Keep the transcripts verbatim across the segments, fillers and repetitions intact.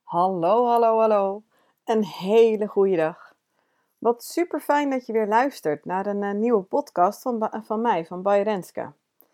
Hallo, hallo, hallo. Een hele goede dag. Wat super fijn dat je weer luistert naar een eh, nieuwe podcast van, Ba- van mij, van Bay Renske.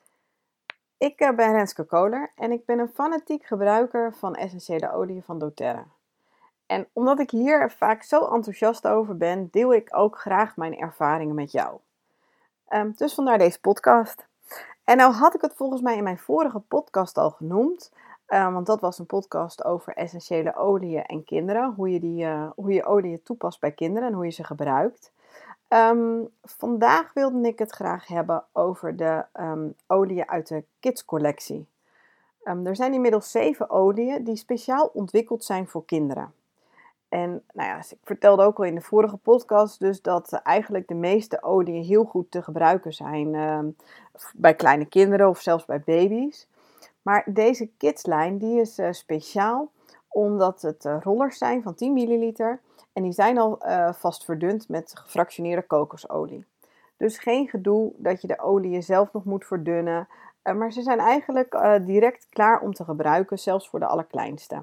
Ik eh, ben Renske Koler en ik ben een fanatiek gebruiker van essentiële oliën van doTERRA. En omdat ik hier vaak zo enthousiast over ben, deel ik ook graag mijn ervaringen met jou. Ehm, dus vandaar deze podcast. En nou had ik het volgens mij in mijn vorige podcast al genoemd. eh, want dat was een podcast over essentiële oliën en kinderen. Hoe je, die, eh, hoe je oliën toepast bij kinderen en hoe je ze gebruikt. Ehm, vandaag wilde ik het graag hebben over de ehm oliën uit de Kids collectie. Ehm, er zijn inmiddels zeven oliën die speciaal ontwikkeld zijn voor kinderen. En nou ja, ik vertelde ook al in de vorige podcast dus dat eh, eigenlijk de meeste oliën heel goed te gebruiken zijn ehm, bij kleine kinderen of zelfs bij baby's. Maar deze kidslijn die is eh, speciaal omdat het eh, rollers zijn van tien milliliter en die zijn al eh, vast verdund met gefractioneerde kokosolie. Dus geen gedoe dat je de olie zelf nog moet verdunnen, eh, maar ze zijn eigenlijk eh, direct klaar om te gebruiken, zelfs voor de allerkleinste.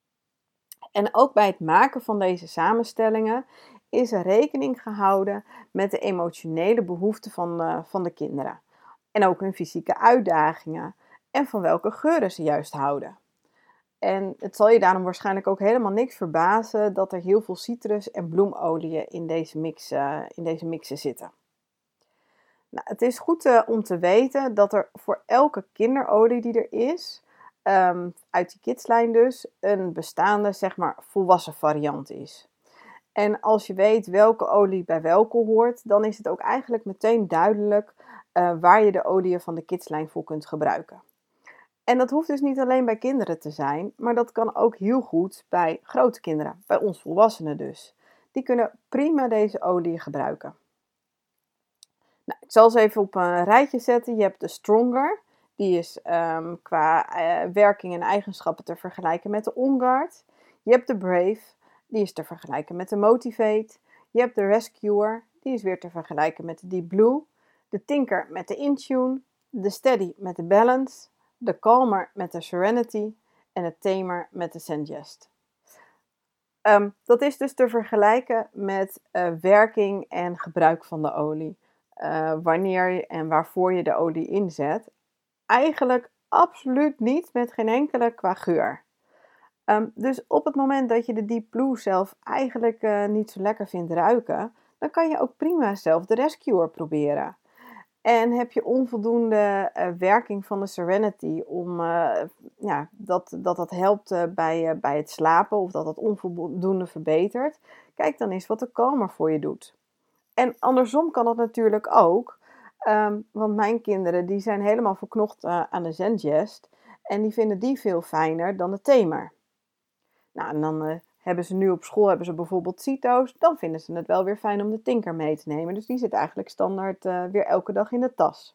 En ook bij het maken van deze samenstellingen is er rekening gehouden met de emotionele behoeften van, uh, van de kinderen. En ook hun fysieke uitdagingen en van welke geuren ze juist houden. En het zal je daarom waarschijnlijk ook helemaal niks verbazen dat er heel veel citrus- en bloemolieën in deze, mix, uh, in deze mixen zitten. Nou, het is goed uh, om te weten dat er voor elke kinderolie die er is, um, uit die kidslijn dus, een bestaande, zeg maar, volwassen variant is. En als je weet welke olie bij welke hoort, dan is het ook eigenlijk meteen duidelijk uh, waar je de oliën van de kidslijn voor kunt gebruiken. En dat hoeft dus niet alleen bij kinderen te zijn, maar dat kan ook heel goed bij grote kinderen, bij ons volwassenen dus. Die kunnen prima deze olie gebruiken. Nou, ik zal ze even op een rijtje zetten. Je hebt de Stronger. Die is um, qua uh, werking en eigenschappen te vergelijken met de On Guard. Je hebt de Brave. Die is te vergelijken met de Motivate. Je hebt de Rescuer. Die is weer te vergelijken met de Deep Blue. De Tinker met de Intune. De Steady met de Balance. De Calmer met de Serenity. En de Tamer met de Sengest. Um, dat is dus te vergelijken met uh, werking en gebruik van de olie. Uh, wanneer je en waarvoor je de olie inzet. Eigenlijk absoluut niet met geen enkele qua geur. Um, dus op het moment dat je de Deep Blue zelf eigenlijk uh, niet zo lekker vindt ruiken, dan kan je ook prima zelf de Rescuer proberen. En heb je onvoldoende uh, werking van de Serenity om uh, ja, dat, dat dat helpt uh, bij, uh, bij het slapen of dat dat onvoldoende verbetert, kijk dan eens wat de Calmer voor je doet. En andersom kan dat natuurlijk ook. Um, want mijn kinderen die zijn helemaal verknocht uh, aan de Sengest. En die vinden die veel fijner dan de Tamer. Nou, en dan uh, hebben ze nu op school hebben ze bijvoorbeeld Cito's. Dan vinden ze het wel weer fijn om de Tinker mee te nemen. Dus die zit eigenlijk standaard uh, weer elke dag in de tas.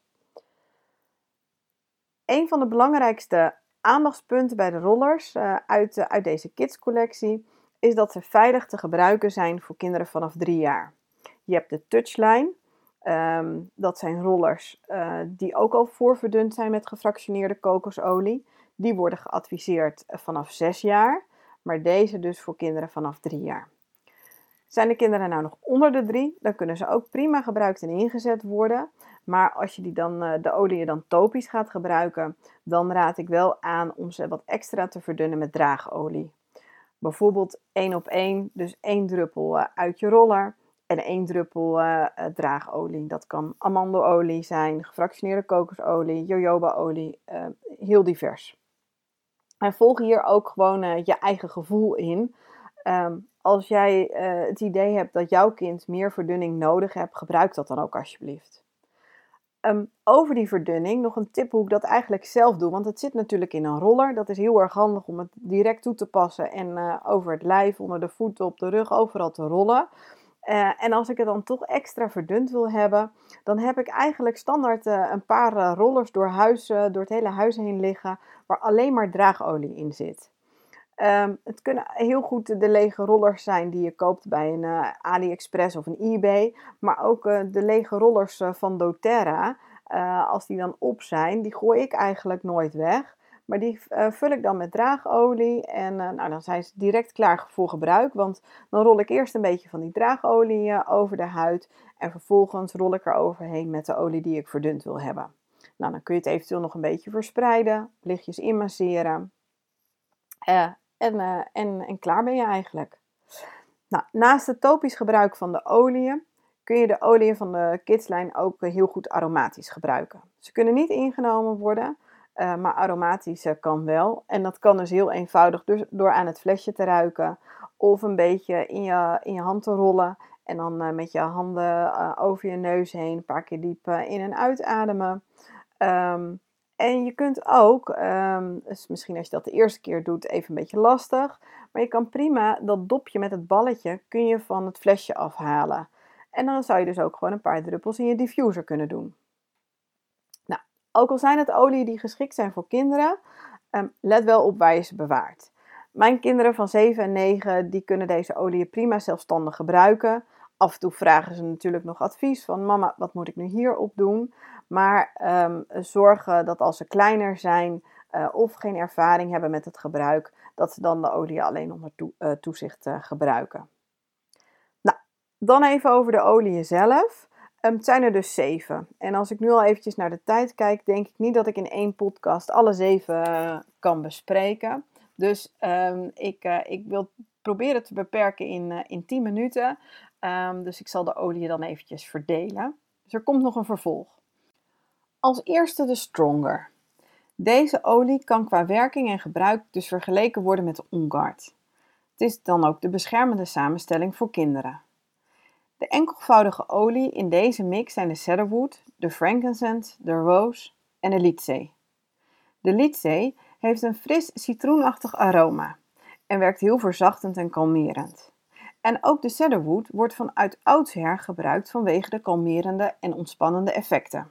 Een van de belangrijkste aandachtspunten bij de rollers uh, uit, uh, uit deze kids collectie is dat ze veilig te gebruiken zijn voor kinderen vanaf drie jaar. Je hebt de Touchline. Um, dat zijn rollers uh, die ook al voorverdund zijn met gefractioneerde kokosolie. Die worden geadviseerd vanaf zes jaar, maar deze dus voor kinderen vanaf drie jaar. Zijn de kinderen nou nog onder de drie, dan kunnen ze ook prima gebruikt en ingezet worden. Maar als je die dan, uh, de olie dan topisch gaat gebruiken, dan raad ik wel aan om ze wat extra te verdunnen met draagolie. Bijvoorbeeld één op één, dus één druppel uh, uit je roller. En één druppel uh, draagolie. Dat kan amandelolie zijn, gefractioneerde kokosolie, jojobaolie, uh, heel divers. En volg hier ook gewoon uh, je eigen gevoel in. Um, als jij uh, het idee hebt dat jouw kind meer verdunning nodig hebt, gebruik dat dan ook alsjeblieft. Um, over die verdunning nog een tip hoe ik dat eigenlijk zelf doe. Want het zit natuurlijk in een roller. Dat is heel erg handig om het direct toe te passen en uh, over het lijf, onder de voeten, op de rug, overal te rollen. Uh, en als ik het dan toch extra verdund wil hebben, dan heb ik eigenlijk standaard uh, een paar uh, rollers door, huis, uh, door het hele huis heen liggen, waar alleen maar draagolie in zit. Um, het kunnen heel goed de lege rollers zijn die je koopt bij een uh, AliExpress of een eBay. Maar ook uh, de lege rollers uh, van doTERRA, uh, als die dan op zijn, die gooi ik eigenlijk nooit weg. Maar die uh, vul ik dan met draagolie en uh, nou, dan zijn ze direct klaar voor gebruik. Want dan rol ik eerst een beetje van die draagolie uh, over de huid en vervolgens rol ik er overheen met de olie die ik verdund wil hebben. Nou, dan kun je het eventueel nog een beetje verspreiden, lichtjes inmasseren uh, en, uh, en, en klaar ben je eigenlijk. Nou, naast het topisch gebruik van de oliën kun je de oliën van de kidslijn ook heel goed aromatisch gebruiken. Ze kunnen niet ingenomen worden, uh, maar aromatisch uh, kan wel. En dat kan dus heel eenvoudig dus door aan het flesje te ruiken of een beetje in je, in je hand te rollen en dan uh, met je handen uh, over je neus heen een paar keer diep uh, in- en uitademen. Um, en je kunt ook, um, dus misschien als je dat de eerste keer doet, even een beetje lastig, maar je kan prima dat dopje met het balletje kun je van het flesje afhalen. En dan zou je dus ook gewoon een paar druppels in je diffuser kunnen doen. Nou, ook al zijn het oliën die geschikt zijn voor kinderen, um, let wel op waar je ze bewaart. Mijn kinderen van zeven en negen, die kunnen deze oliën prima zelfstandig gebruiken. Af en toe vragen ze natuurlijk nog advies van mama, wat moet ik nu hierop doen? Maar um, zorg dat als ze kleiner zijn uh, of geen ervaring hebben met het gebruik, dat ze dan de olie alleen onder to- uh, toezicht uh, gebruiken. Nou, dan even over de oliën zelf. Um, het zijn er dus zeven. En als ik nu al eventjes naar de tijd kijk, denk ik niet dat ik in één podcast alle zeven uh, kan bespreken. Dus um, ik, uh, ik wil proberen te beperken in, uh, in tien minuten. Um, dus ik zal de olie dan eventjes verdelen. Dus er komt nog een vervolg. Als eerste de Stronger. Deze olie kan qua werking en gebruik dus vergeleken worden met de On Guard. Het is dan ook de beschermende samenstelling voor kinderen. De enkelvoudige olie in deze mix zijn de cedarwood, de frankincense, de rose en de lietzee. De lietzee heeft een fris citroenachtig aroma en werkt heel verzachtend en kalmerend. En ook de cedarwood wordt vanuit oudsher gebruikt vanwege de kalmerende en ontspannende effecten.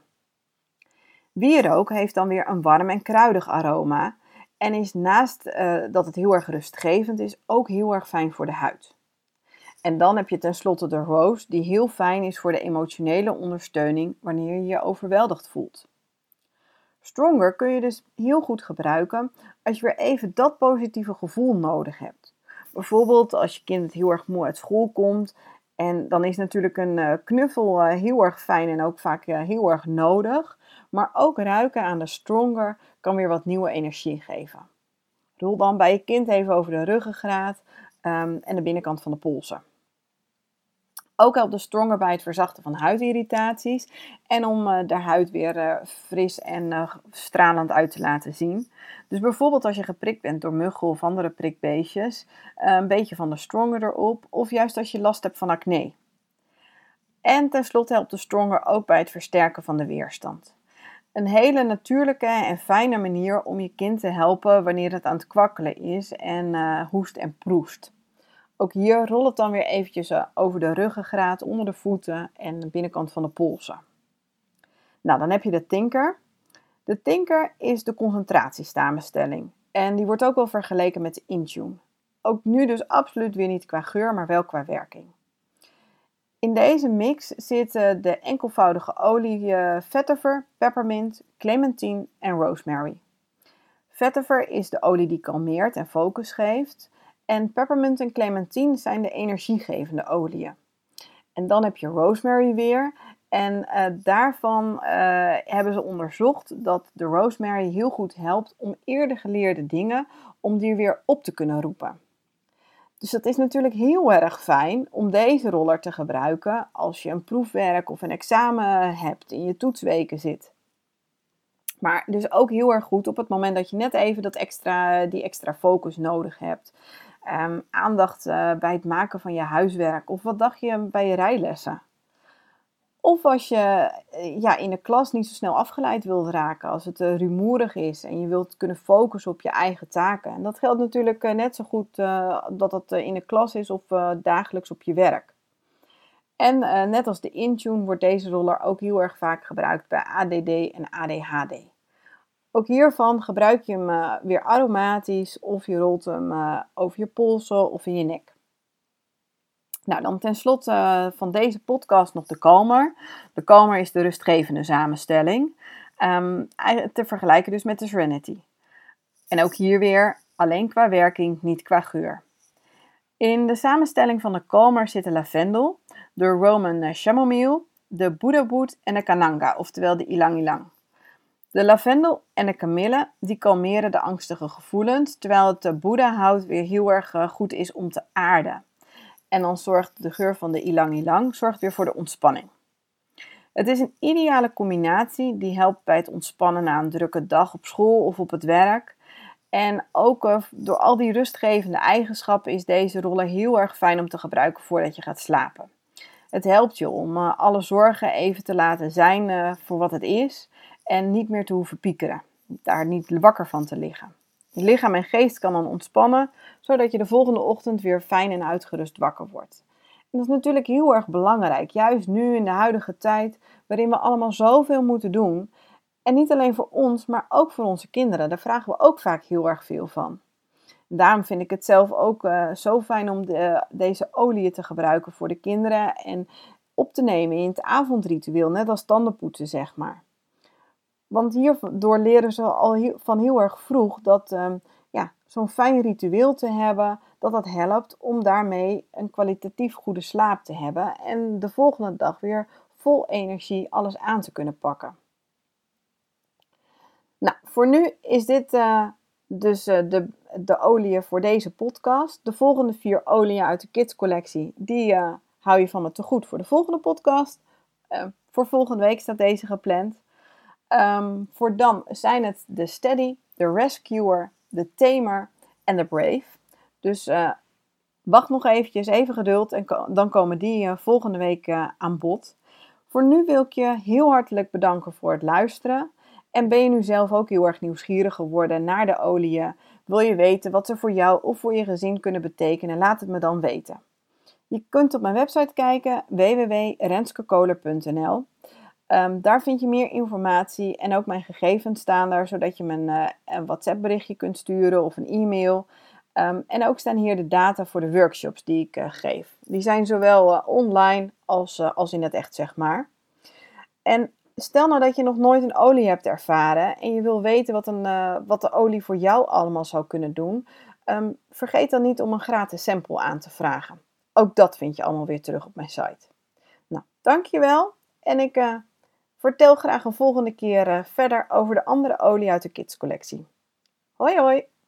Wierook heeft dan weer een warm en kruidig aroma en is naast uh, dat het heel erg rustgevend is, ook heel erg fijn voor de huid. En dan heb je tenslotte de rose, die heel fijn is voor de emotionele ondersteuning wanneer je je overweldigd voelt. Stronger kun je dus heel goed gebruiken als je weer even dat positieve gevoel nodig hebt. Bijvoorbeeld als je kind heel erg moe uit school komt en dan is natuurlijk een knuffel heel erg fijn en ook vaak heel erg nodig. Maar ook ruiken aan de Stronger kan weer wat nieuwe energie geven. Rol dan bij je kind even over de ruggengraat um, en de binnenkant van de polsen. Ook helpt de Stronger bij het verzachten van huidirritaties en om uh, de huid weer uh, fris en uh, stralend uit te laten zien. Dus bijvoorbeeld als je geprikt bent door muggen of andere prikbeestjes, uh, een beetje van de Stronger erop, of juist als je last hebt van acne. En tenslotte helpt de Stronger ook bij het versterken van de weerstand. Een hele natuurlijke en fijne manier om je kind te helpen wanneer het aan het kwakkelen is en uh, hoest en proest. Ook hier rol het dan weer eventjes over de ruggengraat, onder de voeten en de binnenkant van de polsen. Nou, dan heb je de Tinker. De Tinker is de concentratiesamenstelling en die wordt ook wel vergeleken met de Intune. Ook nu dus absoluut weer niet qua geur, maar wel qua werking. In deze mix zitten de enkelvoudige olie vetiver, peppermint, clementine en rosemary. Vetiver is de olie die kalmeert en focus geeft. En peppermint en clementine zijn de energiegevende oliën. En dan heb je rosemary weer. En uh, daarvan uh, hebben ze onderzocht dat de rosemary heel goed helpt om eerder geleerde dingen, om die weer op te kunnen roepen. Dus dat is natuurlijk heel erg fijn om deze roller te gebruiken als je een proefwerk of een examen hebt, in je toetsweken zit. Maar dus ook heel erg goed op het moment dat je net even dat extra, die extra focus nodig hebt. Um, aandacht uh, bij het maken van je huiswerk of wat dacht je bij je rijlessen. Of als je uh, ja, in de klas niet zo snel afgeleid wilt raken, als het uh, rumoerig is en je wilt kunnen focussen op je eigen taken. En dat geldt natuurlijk uh, net zo goed uh, dat het uh, in de klas is of uh, dagelijks op je werk. En uh, net als de Intune wordt deze roller ook heel erg vaak gebruikt bij A D D en A D H D. Ook hiervan gebruik je hem uh, weer aromatisch of je rolt hem uh, over je polsen of in je nek. Nou, dan tenslotte uh, van deze podcast nog de Calmer. De Calmer is de rustgevende samenstelling. Um, te vergelijken dus met de Serenity. En ook hier weer alleen qua werking, niet qua geur. In de samenstelling van de kalmer zitten lavendel, de Roman chamomile, de Buddha-wood en de kananga, oftewel de ylang-ylang. De lavendel en de kamille die kalmeren de angstige gevoelens, terwijl het Boeddha-hout weer heel erg goed is om te aarden. En dan zorgt de geur van de ylang-ylang zorgt weer voor de ontspanning. Het is een ideale combinatie die helpt bij het ontspannen na een drukke dag op school of op het werk. En ook uh, door al die rustgevende eigenschappen is deze roller heel erg fijn om te gebruiken voordat je gaat slapen. Het helpt je om uh, alle zorgen even te laten zijn uh, voor wat het is en niet meer te hoeven piekeren, daar niet wakker van te liggen. Je lichaam en geest kan dan ontspannen, zodat je de volgende ochtend weer fijn en uitgerust wakker wordt. En dat is natuurlijk heel erg belangrijk, juist nu in de huidige tijd waarin we allemaal zoveel moeten doen. En niet alleen voor ons, maar ook voor onze kinderen. Daar vragen we ook vaak heel erg veel van. Daarom vind ik het zelf ook uh, zo fijn om de, deze oliën te gebruiken voor de kinderen en op te nemen in het avondritueel, net als tandenpoetsen zeg maar. Want hierdoor leren ze al heel, van heel erg vroeg dat um, ja, zo'n fijn ritueel te hebben, dat dat helpt om daarmee een kwalitatief goede slaap te hebben en de volgende dag weer vol energie alles aan te kunnen pakken. Nou, voor nu is dit uh, dus uh, de, de oliën voor deze podcast. De volgende vier oliën uit de Kids collectie, die uh, hou je van me te goed voor de volgende podcast. Uh, voor volgende week staat deze gepland. Um, voor dan zijn het de Steady, de Rescuer, de Tamer en de Brave. Dus uh, wacht nog eventjes, even geduld en ko- dan komen die uh, volgende week uh, aan bod. Voor nu wil ik je heel hartelijk bedanken voor het luisteren. En ben je nu zelf ook heel erg nieuwsgierig geworden naar de oliën? Wil je weten wat ze voor jou of voor je gezin kunnen betekenen? Laat het me dan weten. Je kunt op mijn website kijken, w w w punt renskekoler punt n l. Um, daar vind je meer informatie en ook mijn gegevens staan daar, zodat je me een, uh, een WhatsApp berichtje kunt sturen of een e-mail. Um, en ook staan hier de data voor de workshops die ik uh, geef. Die zijn zowel uh, online als, uh, als in het echt, zeg maar. En stel nou dat je nog nooit een olie hebt ervaren en je wil weten wat, een, uh, wat de olie voor jou allemaal zou kunnen doen. Um, vergeet dan niet om een gratis sample aan te vragen. Ook dat vind je allemaal weer terug op mijn site. Nou, dankjewel en ik uh, vertel graag een volgende keer uh, verder over de andere olie uit de Kids collectie. Hoi hoi!